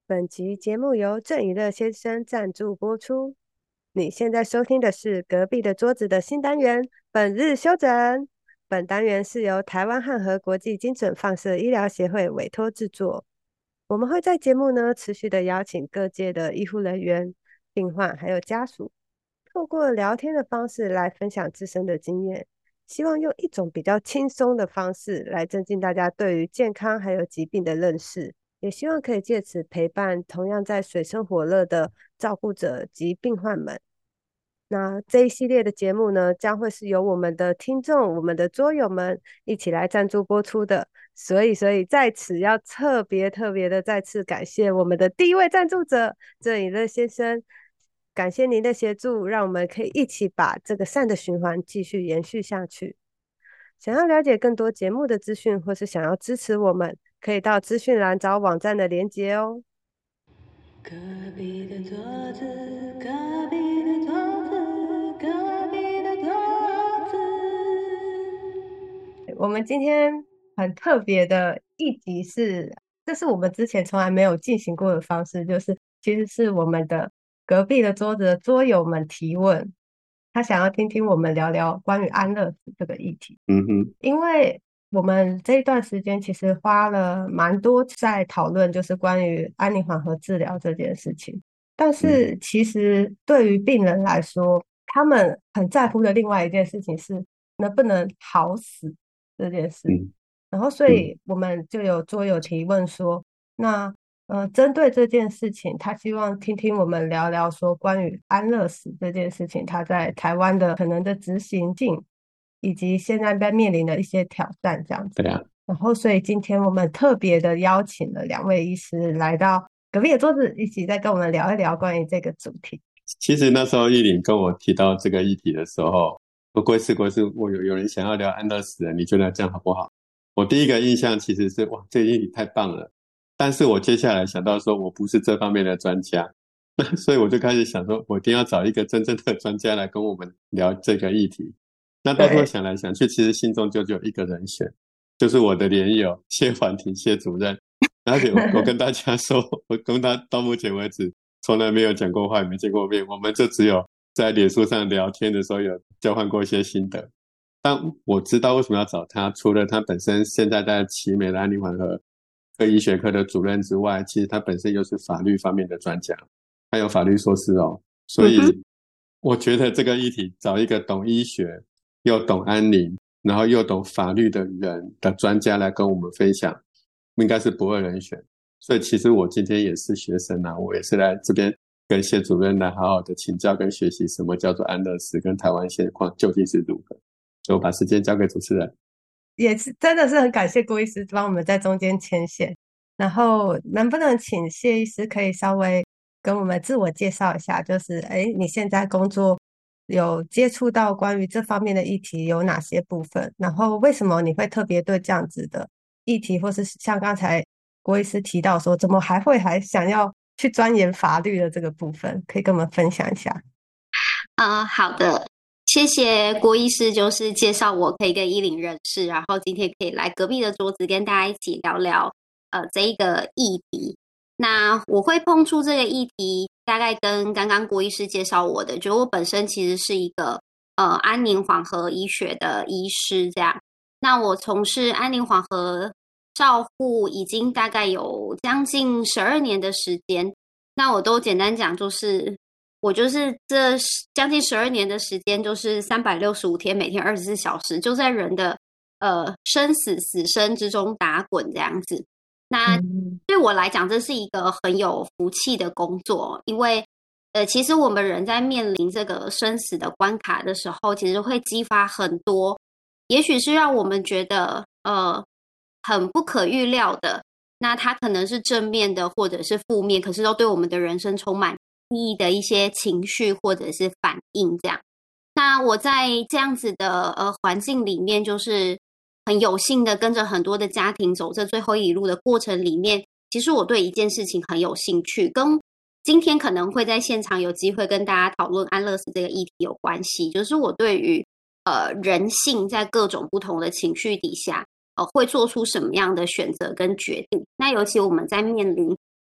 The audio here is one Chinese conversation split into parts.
本集节目由郑以乐先生赞助播出。你现在收听的是隔壁的桌子的新单元本日休整。本单元是由台湾汉和国际精准放射医疗协会委托制作。我们会在节目呢持续的邀请各界的医护人员、病患还有家属，透过聊天的方式来分享自身的经验，希望用一种比较轻松的方式来增进大家对于健康还有疾病的认识。也希望可以借此陪伴同样在水深火热的照顾者及病患们。那这一系列的节目呢，将会是由我们的听众、我们的桌友们一起来赞助播出的。所以在此要特别的再次感谢我们的第一位赞助者郑以乐先生，感谢您的协助，让我们可以一起把这个善的循环继续延续下去。想要了解更多节目的资讯，或是想要支持我们，可以到资讯栏找网站的连结哦。 隔壁的桌子，隔壁的桌子，隔壁的桌子。 我们今天很特别的一集是，这是我们之前从来没有进行过的方式，就是其实是我们的隔壁的桌子的桌友们提问，他想要听听我们聊聊关于安乐死这个议题。因为我们这一段时间其实花了蛮多在讨论，就是关于安宁缓和治疗这件事情。但是其实对于病人来说，他们很在乎的另外一件事情是能不能好死这件事。然后，所以我们就有桌友提问说，那针对这件事情，他希望听听我们聊聊说关于安乐死这件事情，他在台湾的可能的执行性，以及现在在面临的一些挑战这样子。 对啊， 然后，所以今天我们特别的邀请了两位医师来到隔壁的桌子，一起再跟我们聊一聊关于这个主题。 其实那时候依林跟我提到这个议题的时候，国师，我有人想要聊安乐死了，你觉得这样好不好？我第一个印象其实是哇，这个议题太棒了。但是我接下来想到说，我不是这方面的专家，所以我就开始想说，我一定要找一个真正的专家来跟我们聊这个议题。那到时候想来想去，其实心中就有一个人选，就是我的连友谢环庭谢主任。而且我跟大家说，我跟他到目前为止从来没有讲过话，也没见过面，我们就只有在脸书上聊天的时候有交换过一些心得。但我知道为什么要找他，除了他本身现在在奇美的安宁缓和各医学科的主任之外，其实他本身又是法律方面的专家，他有法律硕士哦。所以我觉得这个议题找一个懂医学又懂安宁然后又懂法律的人的专家来跟我们分享，应该是不二人选。所以其实我今天也是学生啊，我也是来这边跟谢主任来好好的请教跟学习什么叫做安乐死，跟台湾现况究竟是如何。所以我把时间交给主持人。 也是真的是很感谢郭医师帮我们在中间牵线。然后能不能请谢医师可以稍微跟我们自我介绍一下，就是你现在工作有接触到关于这方面的议题有哪些部分？然后为什么你会特别对这样子的议题，或是像刚才郭医师提到说，怎么还想要去钻研法律的这个部分，可以跟我们分享一下？ 好的，谢谢郭医师，就是介绍我可以跟依林认识，然后今天可以来隔壁的桌子跟大家一起聊聊这一个议题。那我会碰触这个议题，大概跟刚刚郭医师介绍我的，就我本身其实是一个安宁缓和医学的医师，这样。那我从事安宁缓和照护已经大概有将近12年的时间。那我都简单讲，我就是这将近12年的时间，就是365天，每天24小时，就在人的生死死生之中打滚这样子。那对我来讲，这是一个很有福气的工作，因为其实我们人在面临这个生死的关卡的时候，其实会激发很多，也许是让我们觉得很不可预料的，那它可能是正面的或者是负面，可是都对我们的人生充满意义的一些情绪或者是反应这样。那我在这样子的环境里面，就是很有幸的跟着很多的家庭走这最后一里路的过程里面，其实我对一件事情很有兴趣，跟今天可能会在现场有机会跟大家讨论安乐死这个议题有关系，就是我对于人性在各种不同的情绪底下会做出什么样的选择跟决定。那尤其我们在面临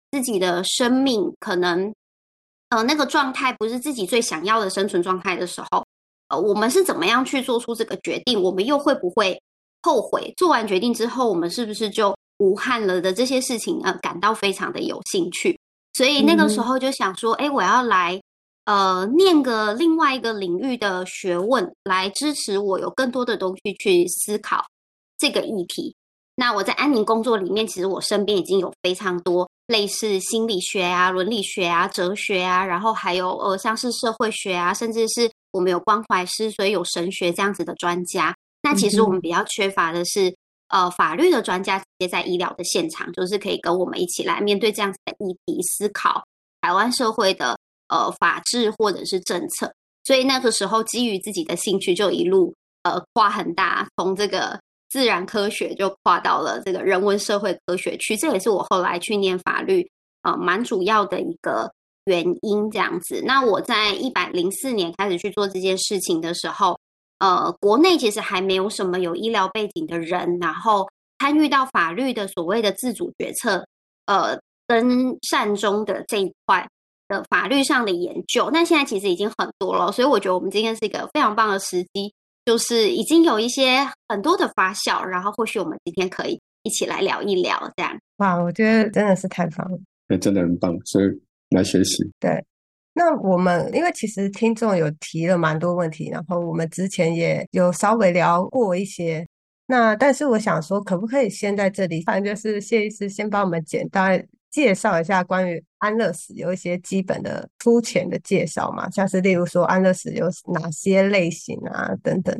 自己的生命可能那个状态不是自己最想要的生存状态的时候，我们是怎么样去做出这个决定？我们又会不会后悔？做完决定之后，我们是不是就无憾了的这些事情感到非常的有兴趣？所以那个时候就想说，我要来念个另外一个领域的学问，来支持我有更多的东西去思考这个议题。那我在安宁工作里面，其实我身边已经有非常多类似心理学啊、伦理学啊、哲学啊，然后还有像是社会学啊，甚至是我们有关怀师，所以有神学这样子的专家。那其实我们比较缺乏的是法律的专家，直接在医疗的现场，就是可以跟我们一起来面对这样子的议题，思考台湾社会的法治或者是政策。所以那个时候基于自己的兴趣，就一路跨很大，从这个自然科学就跨到了这个人文社会科学区，这也是我后来去念法律蛮主要的一个原因这样子。那我在104年开始去做这件事情的时候，国内其实还没有什么有医疗背景的人，然后参与到法律的所谓的自主决策跟善终的这一块的法律上的研究。那现在其实已经很多了，所以我觉得我们今天是一个非常棒的时机，就是已经有一些很多的发酵，然后或许我们今天可以一起来聊一聊这样。 哇，我觉得真的是太棒了。 对，真的很棒，所以来学习。 对，那我们因为其实听众有提了蛮多问题，然后我们之前也有稍微聊过一些。那但是我想说，可不可以先在这里，反正就是谢医师先帮我们简单介绍一下关于安乐死有一些基本的粗浅的介绍嘛，像是例如说安乐死有哪些类型啊等等。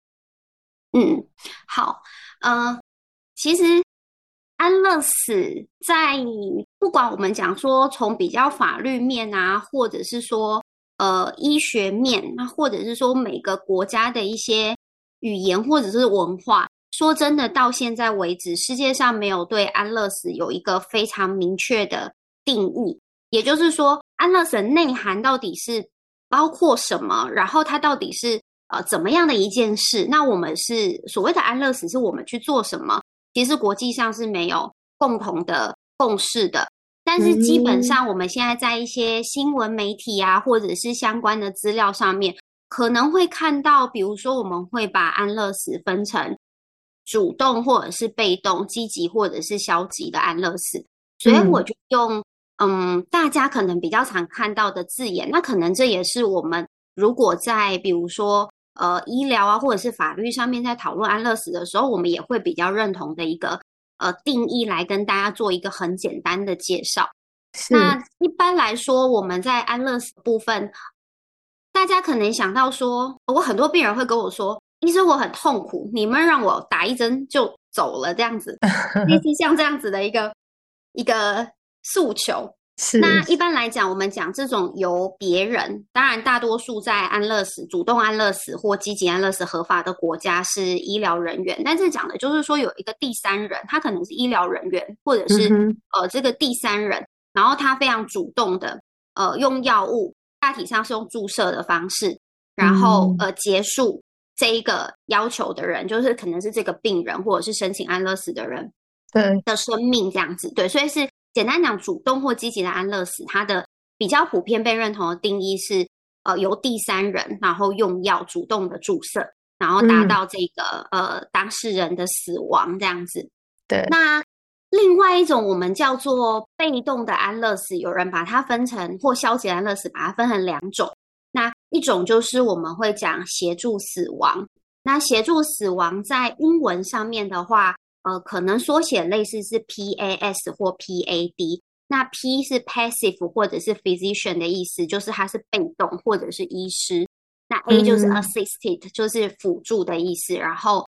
好，其实安乐死在不管我们讲说从比较法律面啊，或者是说医学面，那或者是说每个国家的一些语言或者是文化，说真的，到现在为止，世界上没有对安乐死有一个非常明确的定义。也就是说，安乐死的内涵到底是包括什么？然后它到底是怎么样的一件事？那我们是所谓的安乐死，是我们去做什么？其实国际上是没有共同的共识的。但是基本上，我们现在在一些新闻媒体啊，或者是相关的资料上面，可能会看到，比如说我们会把安乐死分成主动或者是被动、积极或者是消极的安乐死。所以我就用大家可能比较常看到的字眼，那可能这也是我们如果在比如说医疗啊或者是法律上面在讨论安乐死的时候，我们也会比较认同的一个定义来跟大家做一个很简单的介绍。那一般来说，我们在安乐死部分，大家可能想到说，我很多病人会跟我说，医生我很痛苦，你们让我打一针就走了这样子，类似像这样子的一个诉求。那一般来讲，我们讲这种由别人，当然大多数在安乐死、主动安乐死或积极安乐死合法的国家是医疗人员，但是讲的就是说有一个第三人，他可能是医疗人员，或者是这个第三人，然后他非常主动的用药物，大体上是用注射的方式，然后结束这一个要求的人，就是可能是这个病人或者是申请安乐死的人的生命这样子。对，所以是简单讲，主动或积极的安乐死，它的比较普遍被认同的定义是由第三人然后用药主动的注射，然后达到这个当事人的死亡这样子。 对， 那另外一种我们叫做被动的安乐死，有人把它分成或消极安乐死，把它分成两种。那一种就是我们会讲协助死亡。那协助死亡在英文上面的话，可能缩写类似是 PAS 或 PAD。那 P 是 passive 或者是 physician 的意思，就是它是被动或者是医师。那 A 就是 assisted，就是辅助的意思。然后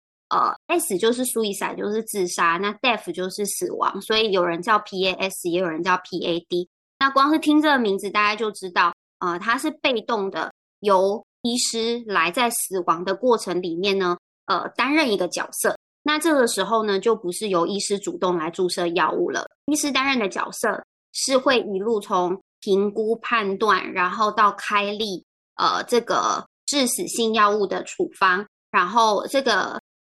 S 就是 suicide， 就是自杀。那 death 就是死亡，所以有人叫 PAS， 也有人叫 PAD。那光是听这个名字，大家就知道，它是被动的，由医师来在死亡的过程里面呢，担任一个角色。那这个时候呢，就不是由医师主动来注射药物了，医师担任的角色是会一路从评估判断，然后到开立这个致死性药物的处方，然后这个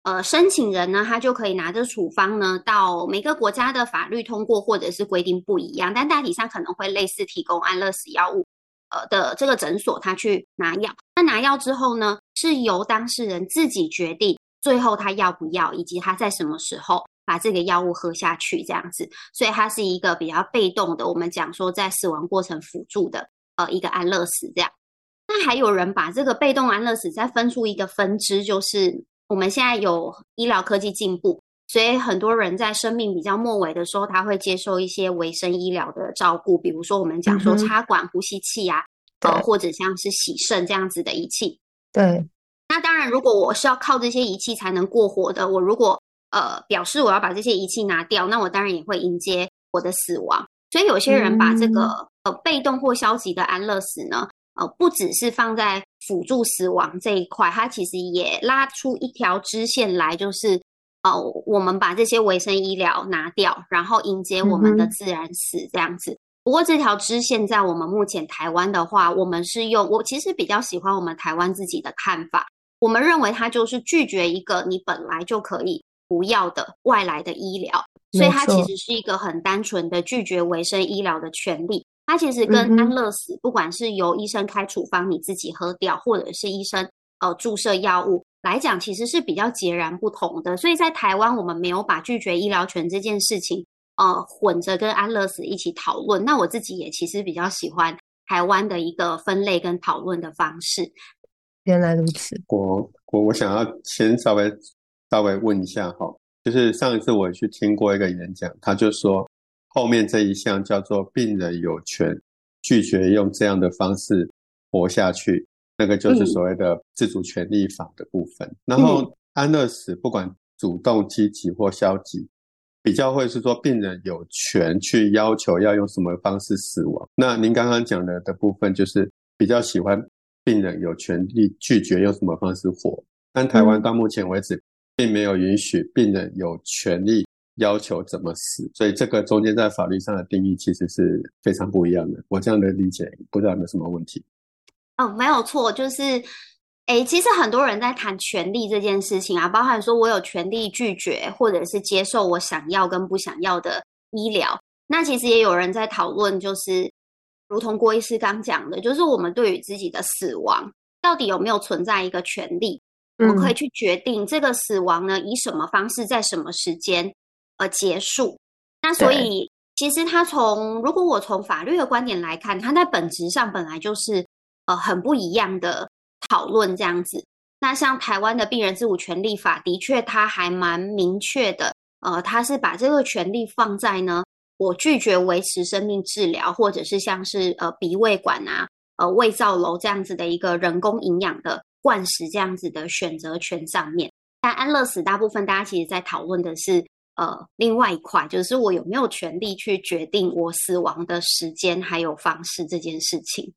申请人呢，他就可以拿着处方呢，到每个国家的法律通过或者是规定不一样，但大体上可能会类似提供安乐死药物的这个诊所，他去拿药。那拿药之后呢，是由当事人自己决定最后他要不要，以及他在什么时候把这个药物喝下去这样子。所以它是一个比较被动的，我们讲说在死亡过程辅助的一个安乐死这样。那还有人把这个被动安乐死再分出一个分支，就是我们现在有医疗科技进步，所以很多人在生命比较末尾的时候，他会接受一些微生医疗的照顾，比如说我们讲说插管呼吸器啊，或者像是洗肾这样子的仪器。 对。 那当然，如果我是要靠这些仪器才能过活的，我如果表示我要把这些仪器拿掉，那我当然也会迎接我的死亡。所以有些人把这个被动或消极的安乐死呢，不只是放在辅助死亡这一块，它其实也拉出一条支线来，就是我们把这些微生医疗拿掉，然后迎接我们的自然死这样子。不过这条支线在我们目前台湾的话，我其实比较喜欢我们台湾自己的看法，我们认为它就是拒绝一个你本来就可以不要的外来的医疗，所以它其实是一个很单纯的拒绝微生医疗的权利。它其实跟安乐死，不管是由医生开处方你自己喝掉，或者是医生注射药物来讲，其实是比较截然不同的。所以在台湾，我们没有把拒绝医疗权这件事情混着跟安乐死一起讨论。那我自己也其实比较喜欢台湾的一个分类跟讨论的方式。 原来如此。 我想要先稍微问一下哈，就是上一次我去听过一个演讲，他就说后面这一项叫做病人有权拒绝用这样的方式活下去，那个就是所谓的自主权利法的部分。然后安乐死不管主动积极或消极，比较会是说病人有权去要求要用什么方式死亡。那您刚刚讲的部分就是比较喜欢病人有权利拒绝用什么方式活，但台湾到目前为止并没有允许病人有权利要求怎么死，所以这个中间在法律上的定义其实是非常不一样的。我这样的理解不知道有没有什么问题？ 没有错，就是其实很多人在谈权利这件事情啊，包含说我有权利拒绝或者是接受我想要跟不想要的医疗。那其实也有人在讨论，就是如同郭医师刚讲的，就是我们对于自己的死亡到底有没有存在一个权利，我们可以去决定这个死亡呢以什么方式在什么时间结束。那所以其实如果我从法律的观点来看，它在本质上本来就是很不一样的讨论这样子。那像台湾的病人自主权利法，的确它还蛮明确的，它是把这个权利放在呢，我拒绝维持生命治疗，或者是像是鼻胃管啊、胃造瘘这样子的一个人工营养的灌食这样子的选择权上面。但安乐死大部分大家其实在讨论的是另外一块，就是我有没有权利去决定我死亡的时间还有方式这件事情。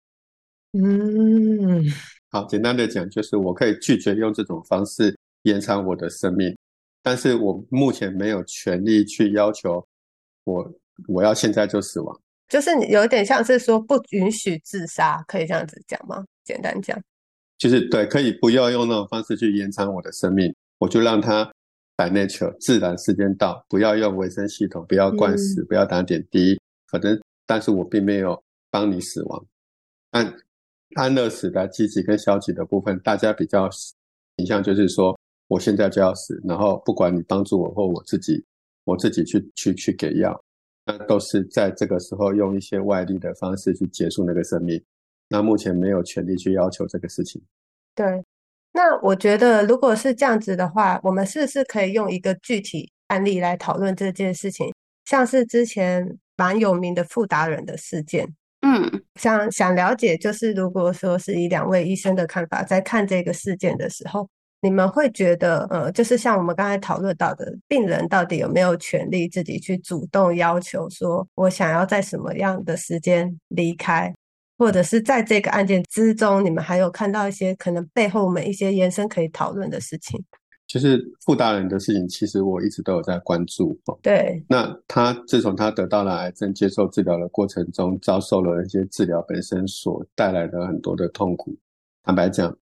好，简单的讲就是我可以拒绝用这种方式延长我的生命，但是我目前没有权利去要求我要现在就死亡， 就是有点像是说不允许自杀，可以这样子讲吗？简单讲就是对，可以不要用那种方式去延长我的生命，我就让它by nature自然时间到，不要用维生系统，不要灌食，不要打点滴，但是我并没有帮你死亡。但安乐死的积极跟消极的部分，大家比较倾向就是说我现在就要死，然后不管你帮助我或我自己去给药，那都是在这个时候用一些外力的方式去结束那个生命。那目前没有权利去要求这个事情。 对，那我觉得如果是这样子的话，我们是不是可以用一个具体案例来讨论这件事情？像是之前蛮有名的傅达人的事件，想了解，就是如果说是以两位医生的看法在看这个事件的时候，你们会觉得就是像我们刚才讨论到的，病人到底有没有权利自己去主动要求说我想要在什么样的时间离开，或者是在这个案件之中，你们还有看到一些可能背后我们一些延伸可以讨论的事情？ 就是傅达人的事情，其实我一直都有在关注。 对， 那自从他得到了癌症，接受治疗的过程中，遭受了一些治疗本身所带来的很多的痛苦。坦白讲，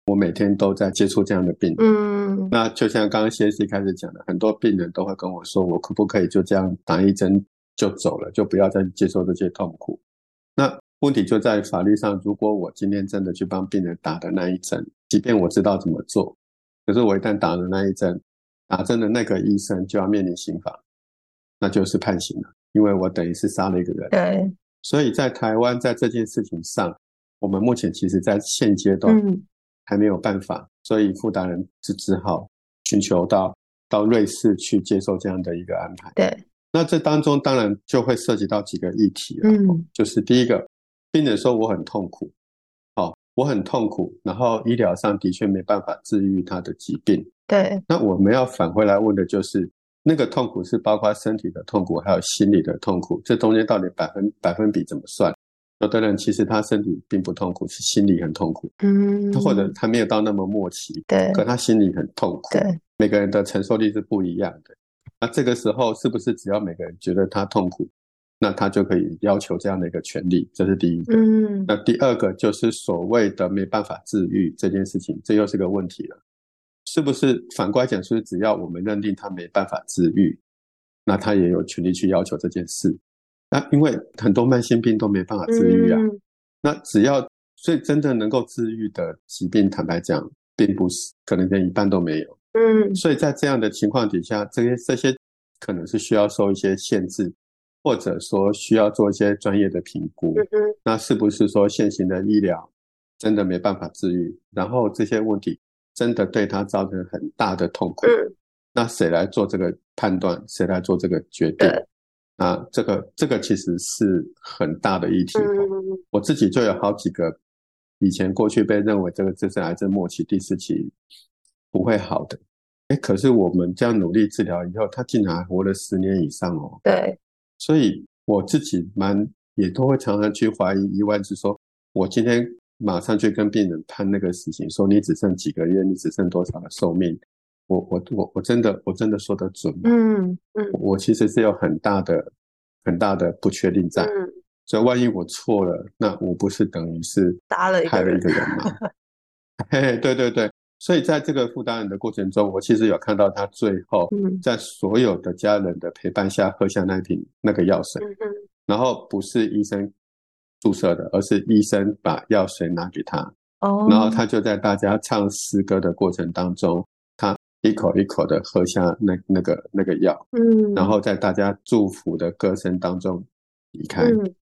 我每天都在接触这样的病人。那就像刚刚谢希开始讲的，很多病人都会跟我说，我可不可以就这样打一针就走了，就不要再接受这些痛苦。那问题就在法律上，如果我今天真的去帮病人打的那一针，即便我知道怎么做，可是我一旦打了那一针，打针的那个医生就要面临刑罚，那就是判刑了，因为我等于是杀了一个人。 对， 所以在台湾在这件事情上，我们目前其实在现阶段还没有办法，所以傅达人只好寻求到瑞士去接受这样的一个安排。 对， 那这当中当然就会涉及到几个议题了。就是第一个，病人说我很痛苦，我很痛苦，然后医疗上的确没办法治愈他的疾病。 对， 那我们要返回来问的就是，那个痛苦是包括身体的痛苦，还有心理的痛苦，这中间到底百分比怎么算？有的人其实他身体并不痛苦，是心理很痛苦。或者他没有到那么末期， 对， 可他心里很痛苦。 对， 每个人的承受力是不一样的。那这个时候是不是只要每个人觉得他痛苦，那他就可以要求这样的一个权利？这是第一个。那第二个就是所谓的没办法治愈这件事情，这又是个问题了。是不是反过来讲，是只要我们认定他没办法治愈，那他也有权利去要求这件事？那因为很多慢性病都没办法治愈啊。那只要所以真的能够治愈的疾病，坦白讲并不是，可能连一半都没有。所以在这样的情况底下，这些可能是需要受一些限制，或者说需要做一些专业的评估。那是不是说现行的医疗真的没办法治愈，然后这些问题真的对他造成很大的痛苦？那谁来做这个判断？谁来做这个决定？那这个其实是很大的议题。我自己就有好几个以前过去被认为这是癌症末期第4期不会好的，可是我们这样努力治疗以后，他竟然还活了10年以上哦。 对， 所以我自己也都会常常去怀疑疑问，是说我今天马上去跟病人判那个死刑，说你只剩几个月，你只剩多少的寿命，我真的说得准吗？我其实是有很大的不确定在。所以万一我错了，那我不是等于是害了一个人吗？对对对。所以在这个傅达人的过程中，我其实有看到他最后在所有的家人的陪伴下喝下那个药水。然后不是医生注射的，而是医生把药水拿给他。然后他就在大家唱诗歌的过程当中，他一口一口的喝下那个药。然后在大家祝福的歌声当中离开。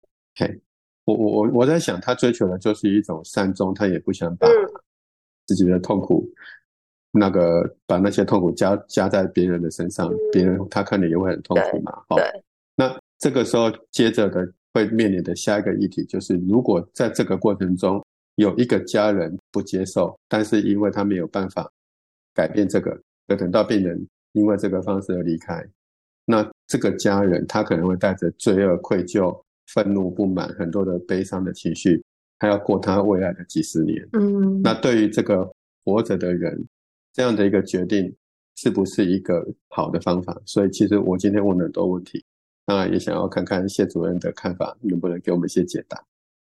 我在想，他追求的就是一种善终，他也不想把自己的痛苦把那些痛苦加在别人的身上，别人他看了也会很痛苦嘛。那这个时候接着的会面临的下一个议题就是，如果在这个过程中有一个家人不接受，但是因为他没有办法改变这个，等到病人因为这个方式而离开，那这个家人他可能会带着罪恶、愧疚、愤怒、不满，很多的悲伤的情绪，他要过他未来的几十年。那对于这个活着的人，这样的一个决定是不是一个好的方法？所以其实我今天问了很多问题，当然也想要看看谢主任的看法，能不能给我们一些解答。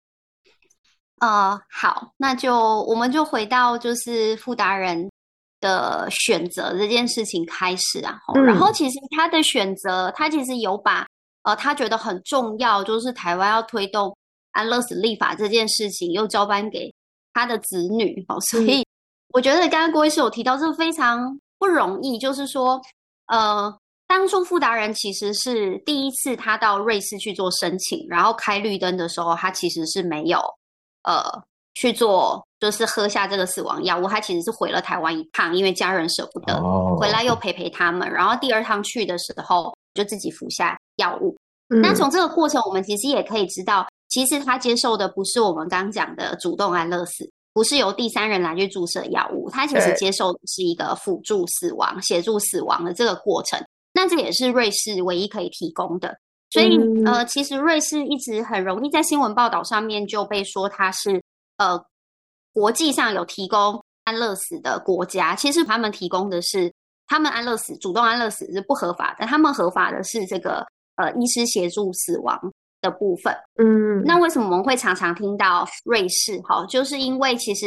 好，那我们就回到就是傅达人的选择这件事情开始啊。然后其实他的选择，他其实有把他觉得很重要，就是台湾要推动安乐死立法这件事情，又交班给他的子女。所以我觉得刚刚郭医师有提到，这非常不容易，就是说当初傅达人其实是第一次他到瑞士去做申请，然后开绿灯的时候，他其实是没有去做，就是喝下这个死亡药物。他其实是回了台湾一趟，因为家人舍不得，回来又陪他们。然后第2趟去的时候，就自己服下药物。那从这个过程，我们其实也可以知道，其实他接受的不是我们刚讲的主动安乐死，不是由第3人来去注射药物，他其实接受的是一个辅助死亡、协助死亡的这个过程。那这也是瑞士唯一可以提供的。所以其实瑞士一直很容易在新闻报道上面就被说它是国际上有提供安乐死的国家。其实他们提供的是，他们安乐死主动安乐死是不合法的，他们合法的是这个医师协助死亡的部分。那为什么我们会常常听到瑞士？就是因为其实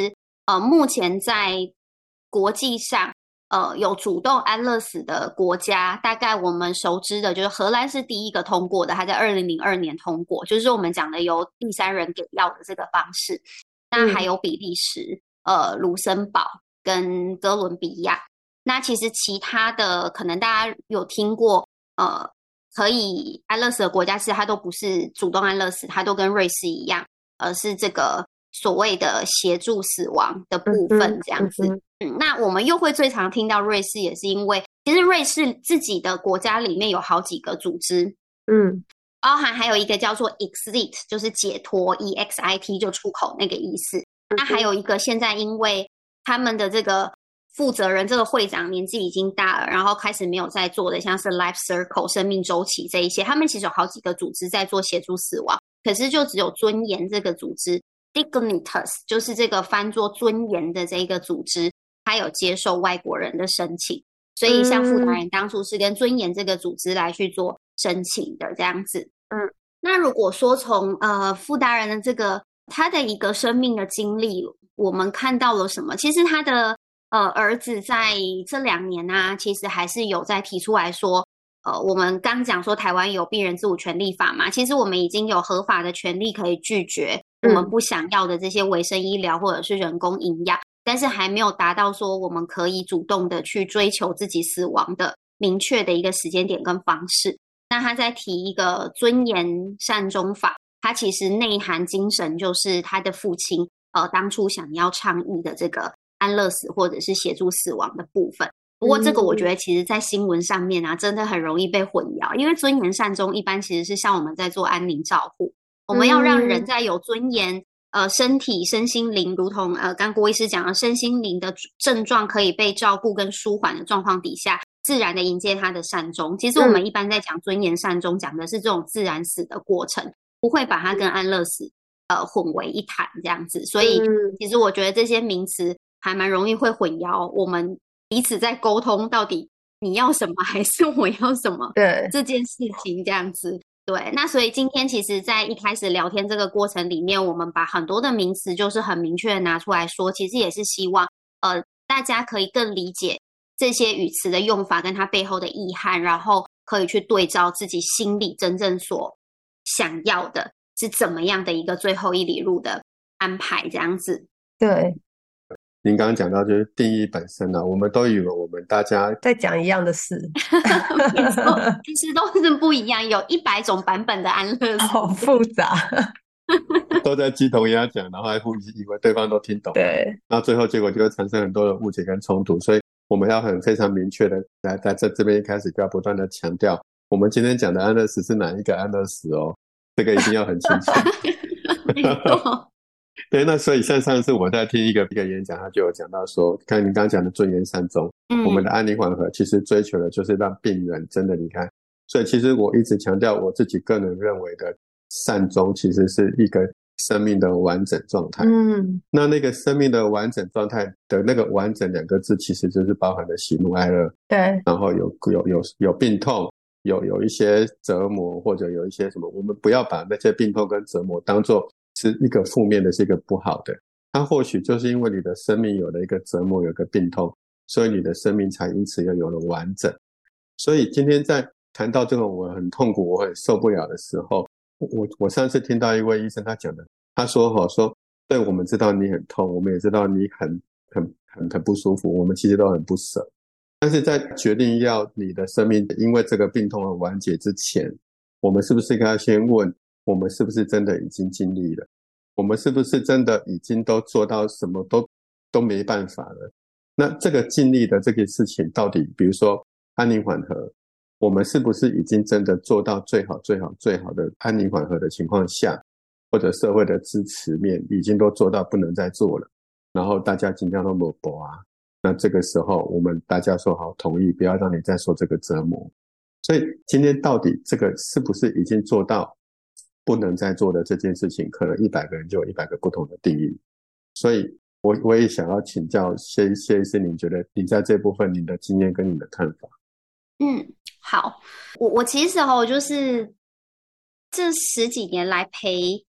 目前在国际上有主动安乐死的国家，大概我们熟知的就是荷兰是第一个通过的，它在2002年通过，就是我们讲的由第三人给药的这个方式。那还有比利时、卢森堡跟哥伦比亚。那其实其他的可能大家有听过，可以安乐死的国家，其实它都不是主动安乐死，它都跟瑞士一样，是这个所谓的协助死亡的部分这样子。那我们又会最常听到瑞士，也是因为其实瑞士自己的国家里面有好几个组织，包含还有一个叫做 exit， 就是解脱 EXIT 就出口那个意思。那还有一个现在因为他们的这个负责人这个会长年纪已经大了，然后开始没有在做的，像是 Life Circle 生命周期这一些，他们其实有好几个组织在做协助死亡，可是就只有尊严这个组织 Dignitas 就是这个翻作尊严的这个组织，他有接受外国人的申请，所以像傅达人当初是跟尊严这个组织来去做申请的这样子。那如果说从傅达人的这个他的一个生命的经历，我们看到了什么？其实他的儿子在这2年啊，其实还是有在提出来说，我们刚讲说台湾有病人自主权利法嘛，其实我们已经有合法的权利可以拒绝我们不想要的这些维生医疗或者是人工营养，但是还没有达到说我们可以主动的去追求自己死亡的明确的一个时间点跟方式。那他在提一个尊严善终法，他其实内涵精神就是他的父亲当初想要倡议的这个安乐死或者是协助死亡的部分。不过这个我觉得其实在新闻上面啊，真的很容易被混淆，因为尊严善终一般其实是像我们在做安宁照护，我们要让人在有尊严身体身心灵如同刚郭医师讲的身心灵的症状可以被照顾跟舒缓的状况底下，自然的迎接他的善终。其实我们一般在讲尊严善终讲的是这种自然死的过程，不会把它跟安乐死混为一谈这样子。所以其实我觉得这些名词还蛮容易会混淆我们彼此在沟通到底你要什么还是我要什么这件事情这样子。对，那所以今天其实在一开始聊天这个过程里面，我们把很多的名词就是很明确的拿出来说，其实也是希望大家可以更理解这些语词的用法跟它背后的意涵，然后可以去对照自己心里真正所想要的是怎么样的一个最后一里路的安排这样子。 对， 您刚刚讲到就是定义本身啊，我们都以为我们大家在讲一样的事没错，其实都是不一样，有100种版本的安乐死， 好复杂都在鸡同鸭讲，然后还以为对方都听懂， 对， 那最后结果就会产生很多的误解跟冲突。所以我们要非常明确的在这边一开始就要不断的强调，我们今天讲的安乐死是哪一个安乐死哦，这个一定要很清楚没错对，那所以像上次我在听一个演讲，他就有讲到说，看你刚刚讲的尊严善终，我们的安宁缓和其实追求的就是让病人真的离开。所以其实我一直强调我自己个人认为的善终其实是一个生命的完整状态。那个生命的完整状态的那个完整2个字，其实就是包含了喜怒哀乐， 对， 然后有病痛，有一些折磨，或者有一些什么，我们不要把那些病痛跟折磨当作是一个负面的，是一个不好的。它或许就是因为你的生命有了一个折磨，有一个病痛，所以你的生命才因此又有了完整。所以今天在谈到这种我很痛苦我很受不了的时候，我上次听到一位医生他讲的，他说对，我们知道你很痛，我们也知道你很不舒服，我们其实都很不舍，但是在决定要你的生命因为这个病痛而完结之前，我们是不是应该先问我们是不是真的已经尽力了，我们是不是真的已经都做到什么都没办法了。那这个尽力的这个事情到底，比如说安宁缓和，我们是不是已经真的做到最好的安宁缓和的情况下，或者社会的支持面已经都做到不能再做了，然后大家尽量都没搏啊，那这个时候我们大家说好同意，不要让你再受这个折磨。所以今天到底这个是不是已经做到不能再做的这件事情，可能100个人就有100个不同的定义。所以我也想要请教谢医师，您觉得你在这部分你的经验跟你的看法？ 好，我其实就是这10几年来陪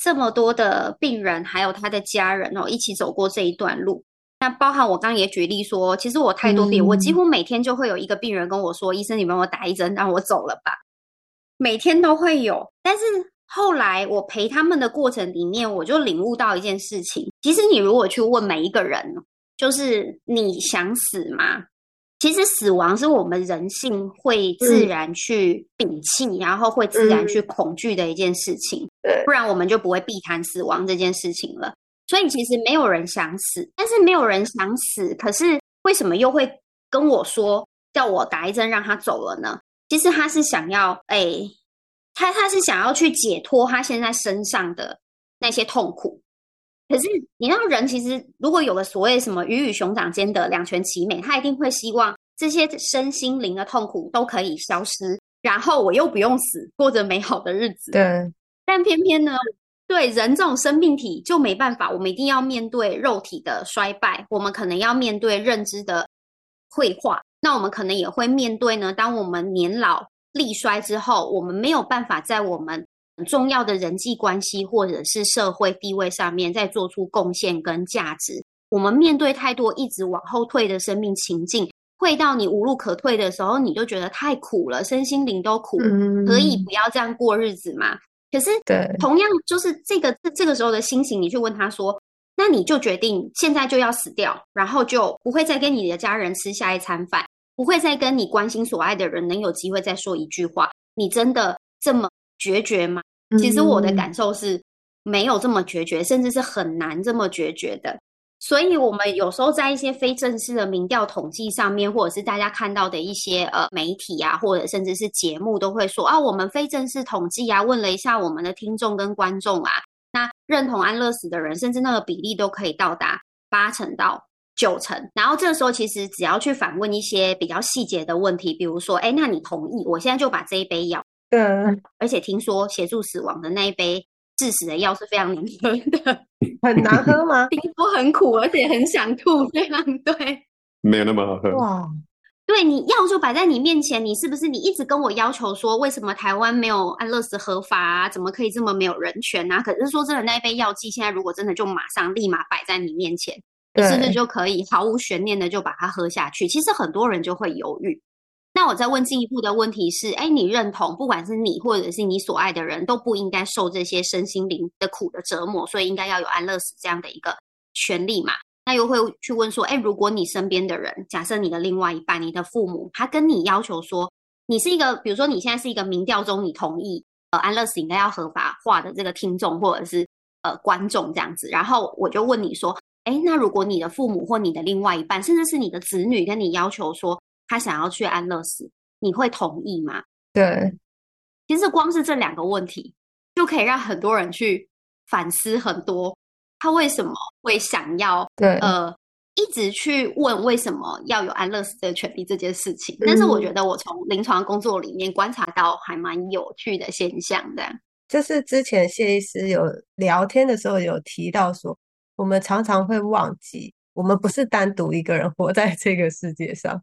这么多的病人还有他的家人一起走过这一段路。那包含我刚刚也举例说，其实我太多病人，我几乎每天就会有一个病人跟我说，医生你帮我打一针让我走了吧，每天都会有。但是后来我陪他们的过程里面，我就领悟到一件事情，其实你如果去问每一个人，就是你想死吗？其实死亡是我们人性会自然去摒弃，然后会自然去恐惧的一件事情，不然我们就不会避谈死亡这件事情了。所以其实没有人想死，但是没有人想死，可是为什么又会跟我说叫我打一针让他走了呢？其实他是想要他是想要去解脱他现在身上的那些痛苦。可是你让人其实如果有个所谓什么鱼与熊掌间的两全其美，他一定会希望这些身心灵的痛苦都可以消失，然后我又不用死，过着美好的日子。 对， 但偏偏呢，对人这种生命体就没办法，我们一定要面对肉体的衰败，我们可能要面对认知的退化，那我们可能也会面对呢，当我们年老力衰之后，我们没有办法在我们很重要的人际关系或者是社会地位上面再做出贡献跟价值。我们面对太多一直往后退的生命情境，会到你无路可退的时候，你就觉得太苦了，身心灵都苦，可以不要这样过日子吗？可是同样就是这个时候的心情，你去问他说，那你就决定现在就要死掉，然后就不会再跟你的家人吃下一餐饭，不会再跟你关心所爱的人能有机会再说一句话，你真的这么决绝吗？其实我的感受是没有这么决绝，甚至是很难这么决绝的。所以我们有时候在一些非正式的民调统计上面，或者是大家看到的一些媒体啊，或者甚至是节目都会说啊，我们非正式统计啊，问了一下我们的听众跟观众啊，那认同安乐死的人，甚至那个比例都可以到达8成到9成。然后这个时候其实只要去反问一些比较细节的问题，比如说那你同意我现在就把这一杯药，而且听说协助死亡的那一杯致死的药是非常难喝的。 很难喝吗？ 听说很苦，而且很想吐，这样对， 没有那么好喝。 哇， 对，你药就摆在你面前，你是不是你一直跟我要求说，为什么台湾没有安乐死合法啊？怎么可以这么没有人权啊？可是说真的，那一杯药剂现在如果真的就马上立马摆在你面前，你是不是就可以毫无悬念的就把它喝下去？其实很多人就会犹豫。那我再问进一步的问题是，你认同不管是你或者是你所爱的人都不应该受这些身心灵的苦的折磨，所以应该要有安乐死这样的一个权利嘛？那又会去问说，如果你身边的人，假设你的另外一半，你的父母，他跟你要求说，你是一个，比如说你现在是一个民调中你同意安乐死应该要合法化的这个听众或者是观众这样子，然后我就问你说，那如果你的父母或你的另外一半，甚至是你的子女跟你要求说他想要去安乐死，你会同意吗？ 对， 其实光是这2个问题就可以让很多人去反思很多，他为什么会想要一直去问为什么要有安乐死的权利这件事情。但是我觉得我从临床工作里面观察到还蛮有趣的现象的。 就是之前谢医师有聊天的时候有提到说，我们常常会忘记我们不是单独一个人活在这个世界上，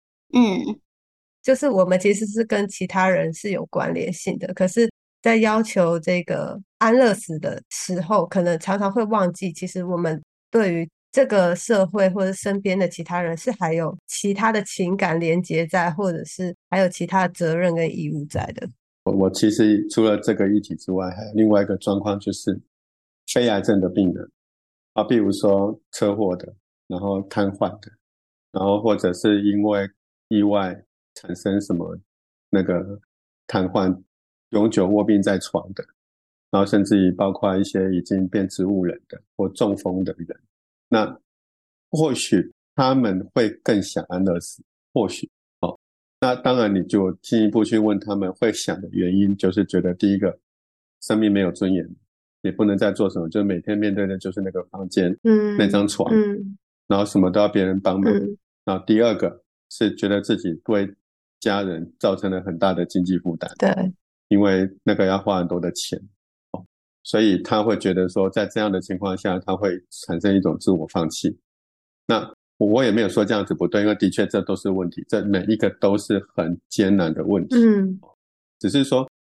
就是我们其实是跟其他人是有关联性的，可是在要求这个安乐死的时候，可能常常会忘记其实我们对于这个社会或者身边的其他人是还有其他的情感连结在，或者是还有其他的责任跟义务在的。 我其实除了这个议题之外，还有另外一个状况，就是非癌症的病人啊，比如说车祸的，然后瘫痪的，然后或者是因为意外产生什么那个瘫痪永久卧病在床的，然后甚至于包括一些已经变植物人的或中风的人，那或许他们会更想安乐死，或许那当然你就进一步去问他们会想的原因，就是觉得第一个生命没有尊严，也不能再做什么，就每天面对的就是那个房间，那张床，然后什么都要别人帮忙，然后第二个是觉得自己对家人造成了很大的经济负担， 对， 因为那个要花很多的钱，所以他会觉得说在这样的情况下他会产生一种自我放弃。那我也没有说这样子不对，因为的确这都是问题，这每一个都是很艰难的问题，只是说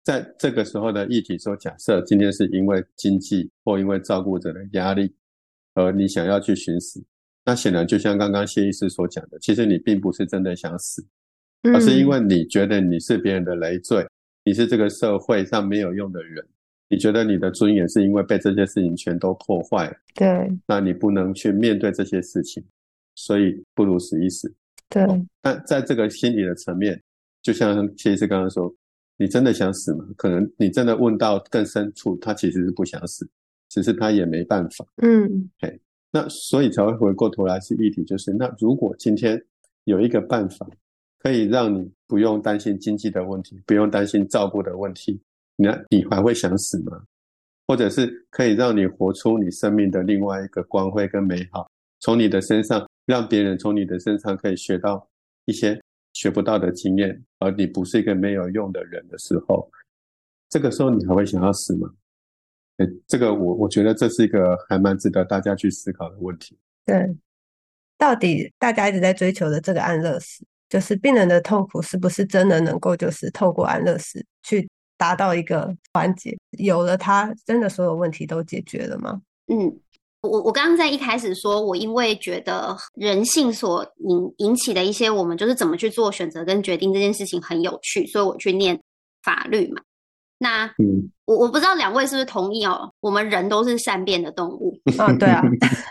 在这个时候的议题说，假设今天是因为经济或因为照顾者的压力，而你想要去寻死，那显然就像刚刚谢医师所讲的，其实你并不是真的想死，而是因为你觉得你是别人的累赘，你是这个社会上没有用的人，你觉得你的尊严是因为被这些事情全都破坏了， 对， 那你不能去面对这些事情，所以不如死一死。 对， 但在这个心理的层面，就像谢医师刚刚说，你真的想死吗？可能你真的问到更深处，他其实是不想死，只是他也没办法。那所以才会回过头来是议题，就是那如果今天有一个办法可以让你不用担心经济的问题，不用担心照顾的问题，你还会想死吗？或者是可以让你活出你生命的另外一个光辉跟美好，从你的身上让别人从你的身上可以学到一些学不到的经验，而你不是一个没有用的人的时候，这个时候你还会想要死吗？这个我觉得这是一个还蛮值得大家去思考的问题。 对，到底大家一直在追求的这个安乐死，就是病人的痛苦是不是真的能够就是透过安乐死去达到一个缓解？有了它，真的所有问题都解决了吗？ 我刚刚在一开始说，我因为觉得人性所引起的一些我们就是怎么去做选择跟决定这件事情很有趣，所以我去念法律嘛。那我不知道两位是不是同意哦？我们人都是善变的动物。 对啊。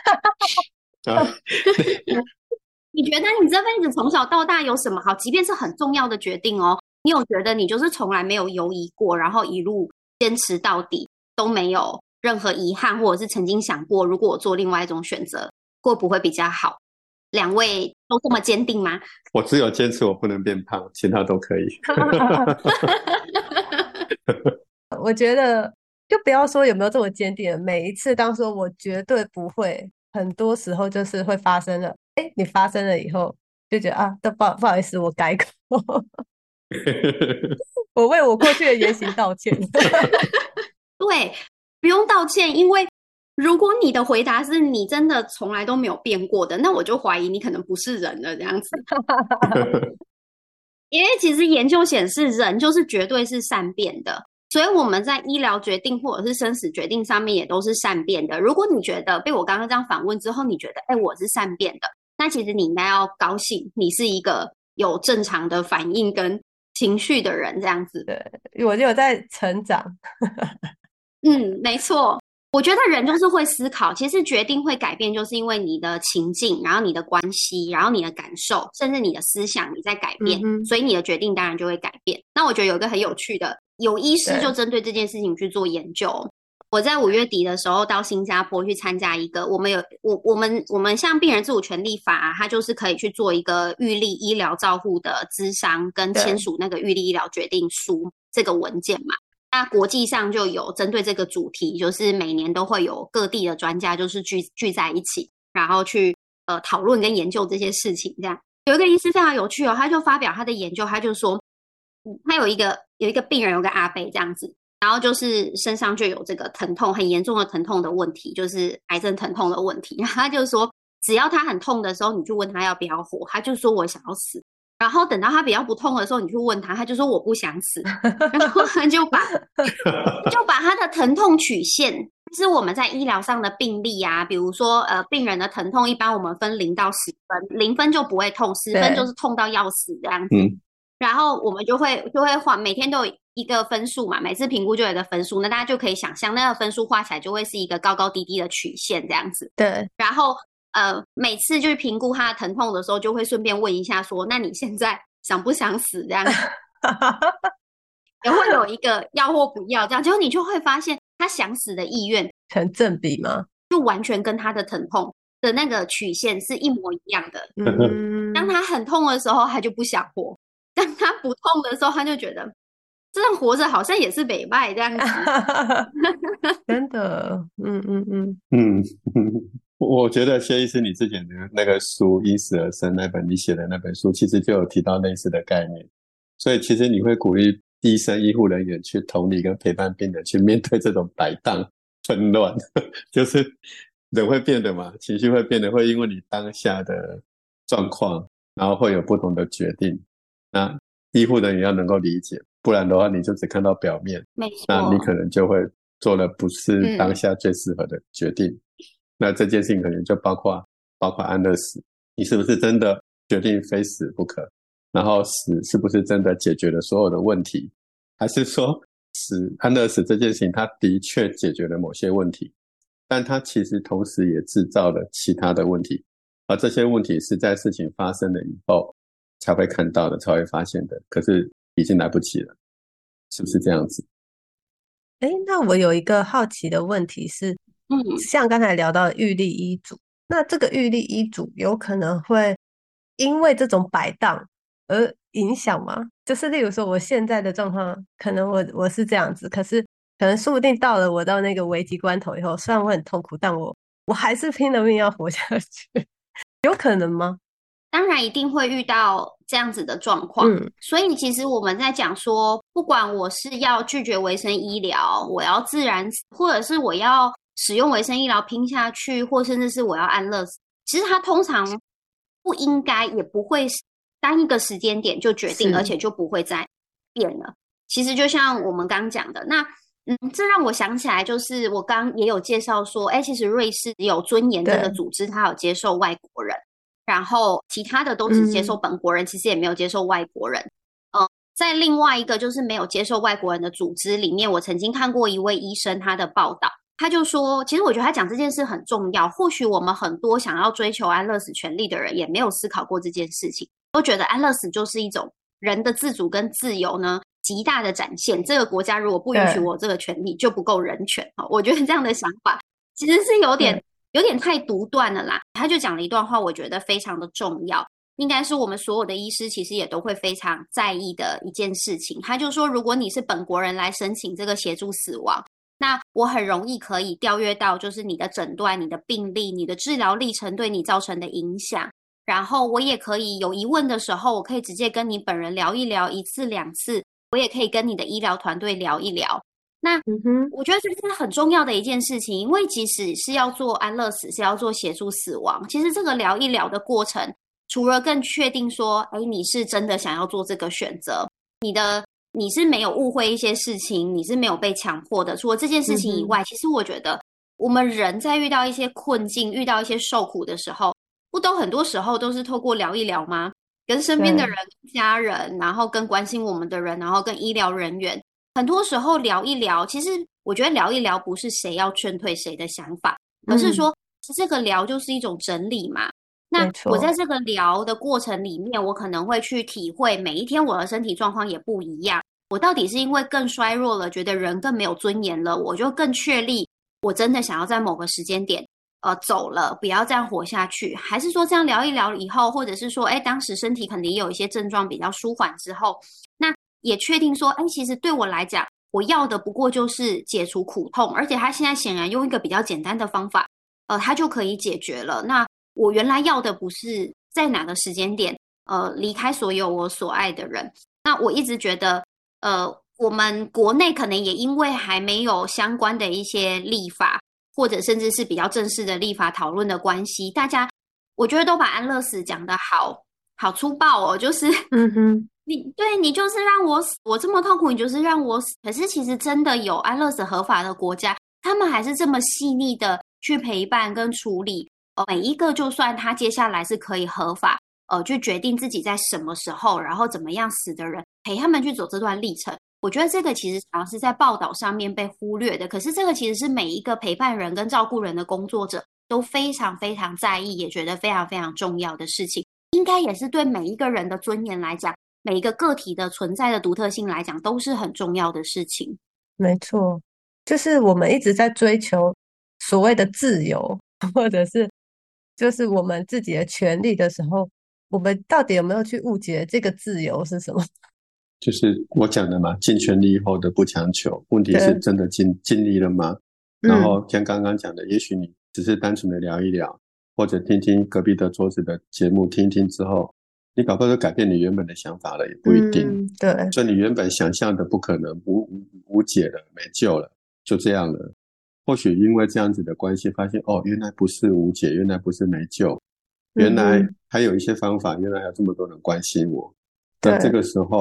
你觉得你这辈子从小到大有什么好？即便是很重要的决定哦，你有觉得你就是从来没有犹疑过，然后一路坚持到底，都没有任何遗憾，或者是曾经想过，如果我做另外一种选择，会不会比较好？两位都这么坚定吗？ 我只有坚持我不能变胖，其他都可以。 我觉得就不要说有没有这么坚定了，每一次当说我绝对不会，很多时候就是会发生了。你发生了以后就觉得都不好意思，我改口。我为我过去的言行道歉。 对，不用道歉，因为如果你的回答是你真的从来都没有变过的，那我就怀疑你可能不是人了这样子。因为其实研究显示，人就是绝对是善变的，所以我们在医疗决定或者是生死决定上面也都是善变的。如果你觉得被我刚刚这样反问之后，你觉得我是善变的，那其实你应该要高兴，你是一个有正常的反应跟情绪的人这样子。 对，我就有在成长。 没错。我觉得人就是会思考，其实决定会改变，就是因为你的情境，然后你的关系，然后你的感受，甚至你的思想，你在改变，所以你的决定当然就会改变。那我觉得有一个很有趣的，有医师就针对这件事情去做研究。我在5月底的时候到新加坡去参加一个，我们像病人自主权利法它就是可以去做一个预立医疗照护的咨商跟签署那个预立医疗决定书这个文件嘛。那国际上就有针对这个主题，就是每年都会有各地的专家就是聚在一起，然后去讨论跟研究这些事情。这样有一个医师非常有趣哦，他就发表他的研究，他就说，他有一个病人，有个阿伯这样子，然后就是身上就有这个疼痛，很严重的疼痛的问题，就是癌症疼痛的问题。然后他就说，只要他很痛的时候，你就问他要不要活，他就说我想要死。然后等到他比较不痛的时候，你去问他，他就说我不想死。然后他就把他的疼痛曲线，就是我们在医疗上的病例啊，比如说病人的疼痛一般我们分0到10分，0分就不会痛，10分就是痛到要死这样子。然后我们就会画，每天都有一个分数嘛，每次评估就有一个分数，那大家就可以想象那个分数画起来就会是一个高高低低的曲线这样子。 对， 然后每次就是评估他的疼痛的时候，就会顺便问一下说，那你现在想不想死这样子？也会有一个要或不要这样，结果你就会发现他想死的意愿成正比吗？ 就完全跟他的疼痛的那个曲线是一模一样的。当他很痛的时候，他就不想活；当他不痛的时候，他就觉得这样活着好像也是美败这样子。 真的， 我觉得谢医师你之前的那个书《因死而生》那本你写的那本书，其实就有提到类似的概念，所以其实你会鼓励医生医护人员去同理跟陪伴病人，去面对这种摆荡纷乱，就是人会变的嘛，情绪会变的，会因为你当下的状况，然后会有不同的决定，那医护人员要能够理解。 不然的话你就只看到表面， 没那你可错， 能就会做了不是当嗯， 下最适合的决定。那这件事情可能就包括安乐死，你是不是真的决定非死不可？然后死是不是真的解决了所有的问题？还是说安乐死这件事情它的确解决了某些问题，但它其实同时也制造了其他的问题，而这些问题是在事情发生了以后才会看到的，才会发现的，可是已经来不及了，是不是这样子？ 诶，那我有一个好奇的问题是， 嗯。 像刚才聊到的预立医嘱，那这个预立医嘱有可能会因为这种摆荡而影响吗？就是例如说，我现在的状况，可能我是这样子，可是可能说不定到了我到那个危急关头以后，虽然我很痛苦，但我还是拼了命要活下去，有可能吗？ 当然一定会遇到这样子的状况， 嗯， 所以其实我们在讲说，不管我是要拒绝维生医疗，我要自然死，或者是我要使用维生医疗拼下去，或甚至是我要安乐死，其实它通常不应该也不会是单一个时间点就决定，而是， 且就不会再变了。其实就像我们刚讲的，那这让我想起来，就是我刚也有介绍说，哎，其实瑞士有尊严这个对， 组织，它有接受外国人。然后其他的都只接受嗯本国人，其实也没有接受外国人。在另外一个就是没有接受外国人的组织里面，我曾经看过一位医生他的报道，他就说，其实我觉得他讲这件事很重要。或许我们很多想要追求安乐死权利的人，也没有思考过这件事情，都觉得安乐死就是一种人的自主跟自由呢极大的展现。这个国家如果不允许对我这个权利，就不够人权。我觉得这样的想法其实是对， 有点太独断了啦。他就讲了一段话，我觉得非常的重要，应该是我们所有的医师其实也都会非常在意的一件事情。他就说，如果你是本国人来申请这个协助死亡，那我很容易可以调阅到，就是你的诊断、你的病历、你的治疗历程对你造成的影响。然后我也可以有疑问的时候，我可以直接跟你本人聊一聊，一次两次，我也可以跟你的医疗团队聊一聊。那嗯哼， 我觉得这是很重要的一件事情，因为即使是要做安乐死，是要做协助死亡，其实这个聊一聊的过程，除了更确定说，哎，你是真的想要做这个选择，你是没有误会一些事情，你是没有被强迫的。除了这件事嗯哼， 情以外，其实我觉得我们人在遇到一些困境、遇到一些受苦的时候，不都很多时候都是透过聊一聊吗？跟身边的对， 人、家人，然后跟关心我们的人，然后跟医疗人员。很多时候聊一聊，其实我觉得聊一聊不是谁要劝退谁的想法，而是嗯， 说这个聊就是一种整理嘛。那没错， 我在这个聊的过程里面，我可能会去体会每一天我的身体状况也不一样。我到底是因为更衰弱了，觉得人更没有尊严了，我就更确立我真的想要在某个时间点走了，不要这样活下去，还是说这样聊一聊以后，或者是说，哎，当时身体肯定有一些症状比较舒缓之后，那也确定说，哎，其实对我来讲，我要的不过就是解除苦痛，而且他现在显然用一个比较简单的方法，它就可以解决了。那我原来要的不是在哪个时间点，离开所有我所爱的人。那我一直觉得，我们国内可能也因为还没有相关的一些立法，或者甚至是比较正式的立法讨论的关系，大家我觉得都把安乐死讲得好粗暴哦，就是嗯哼， 你就是让我死，我这么痛苦，你就是让我死。可是其实真的有安乐死合法的国家，他们还是这么细腻的去陪伴跟处理，每一个就算他接下来是可以合法，去决定自己在什么时候，然后怎么样死的人，陪他们去走这段历程。我觉得这个其实常常是在报道上面被忽略的，可是这个其实是每一个陪伴人跟照顾人的工作者都非常非常在意，也觉得非常非常重要的事情。应该也是对每一个人的尊严来讲，每一个个体的存在的独特性来讲，都是很重要的事情。 没错，就是我们一直在追求所谓的自由，或者是就是我们自己的权利的时候，我们到底有没有去误解这个自由是什么？ 就是我讲的嘛，尽全力后的不强求。问题是对， 真的尽力了吗？然嗯后像刚刚讲的，也许你只是单纯的聊一聊，或者听听隔壁的桌子的节目，听一听之后，你搞不好就改变你原本的想法了，也不一定。 嗯，对就你原本想象的不可能，无解了，没救了，就这样了。或许因为这样子的关系，发现哦，原来不是无解，原来不是没救，原来嗯哼， 还有一些方法，原来还有这么多人关心我。那这对， 个时候，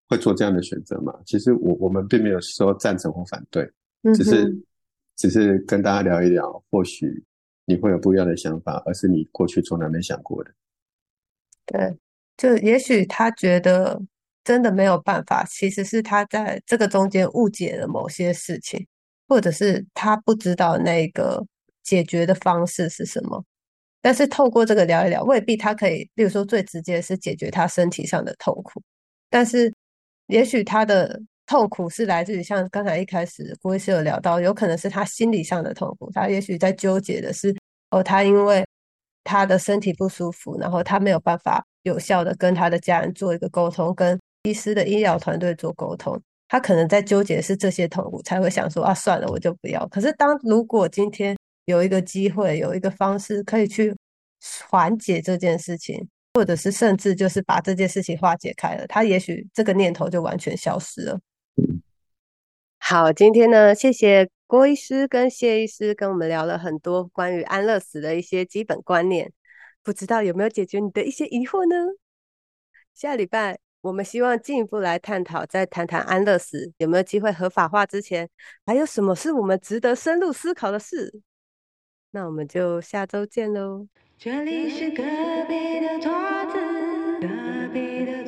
会做这样的选择嘛？其实我们并没有说赞成或反对，只是嗯只是跟大家聊一聊，或许你会有不一样的想法，而是你过去从来没想过的。 对，就也许他觉得真的没有办法，其实是他在这个中间误解了某些事情，或者是他不知道那个解决的方式是什么。但是透过这个聊一聊，未必他可以，例如说最直接的是解决他身体上的痛苦，但是也许他的痛苦是来自于像刚才一开始郭医师有聊到，有可能是他心理上的痛苦，他也许在纠结的是，哦，他因为他的身体不舒服，然后他没有办法有效的跟他的家人做一个沟通，跟医师的医疗团队做沟通，他可能在纠结的是这些痛苦，才会想说啊，算了，我就不要。可是如果今天有一个机会，有一个方式可以去缓解这件事情，或者是甚至就是把这件事情化解开了，他也许这个念头就完全消失了。好，今天呢，谢谢郭医师跟谢医师跟我们聊了很多关于安乐死的一些基本观念，不知道有没有解决你的一些疑惑呢？下礼拜我们希望进一步来探讨，再谈谈安乐死有没有机会合法化之前，还有什么是我们值得深入思考的事。那我们就下周见喽。这里是隔壁的桌子，隔壁的。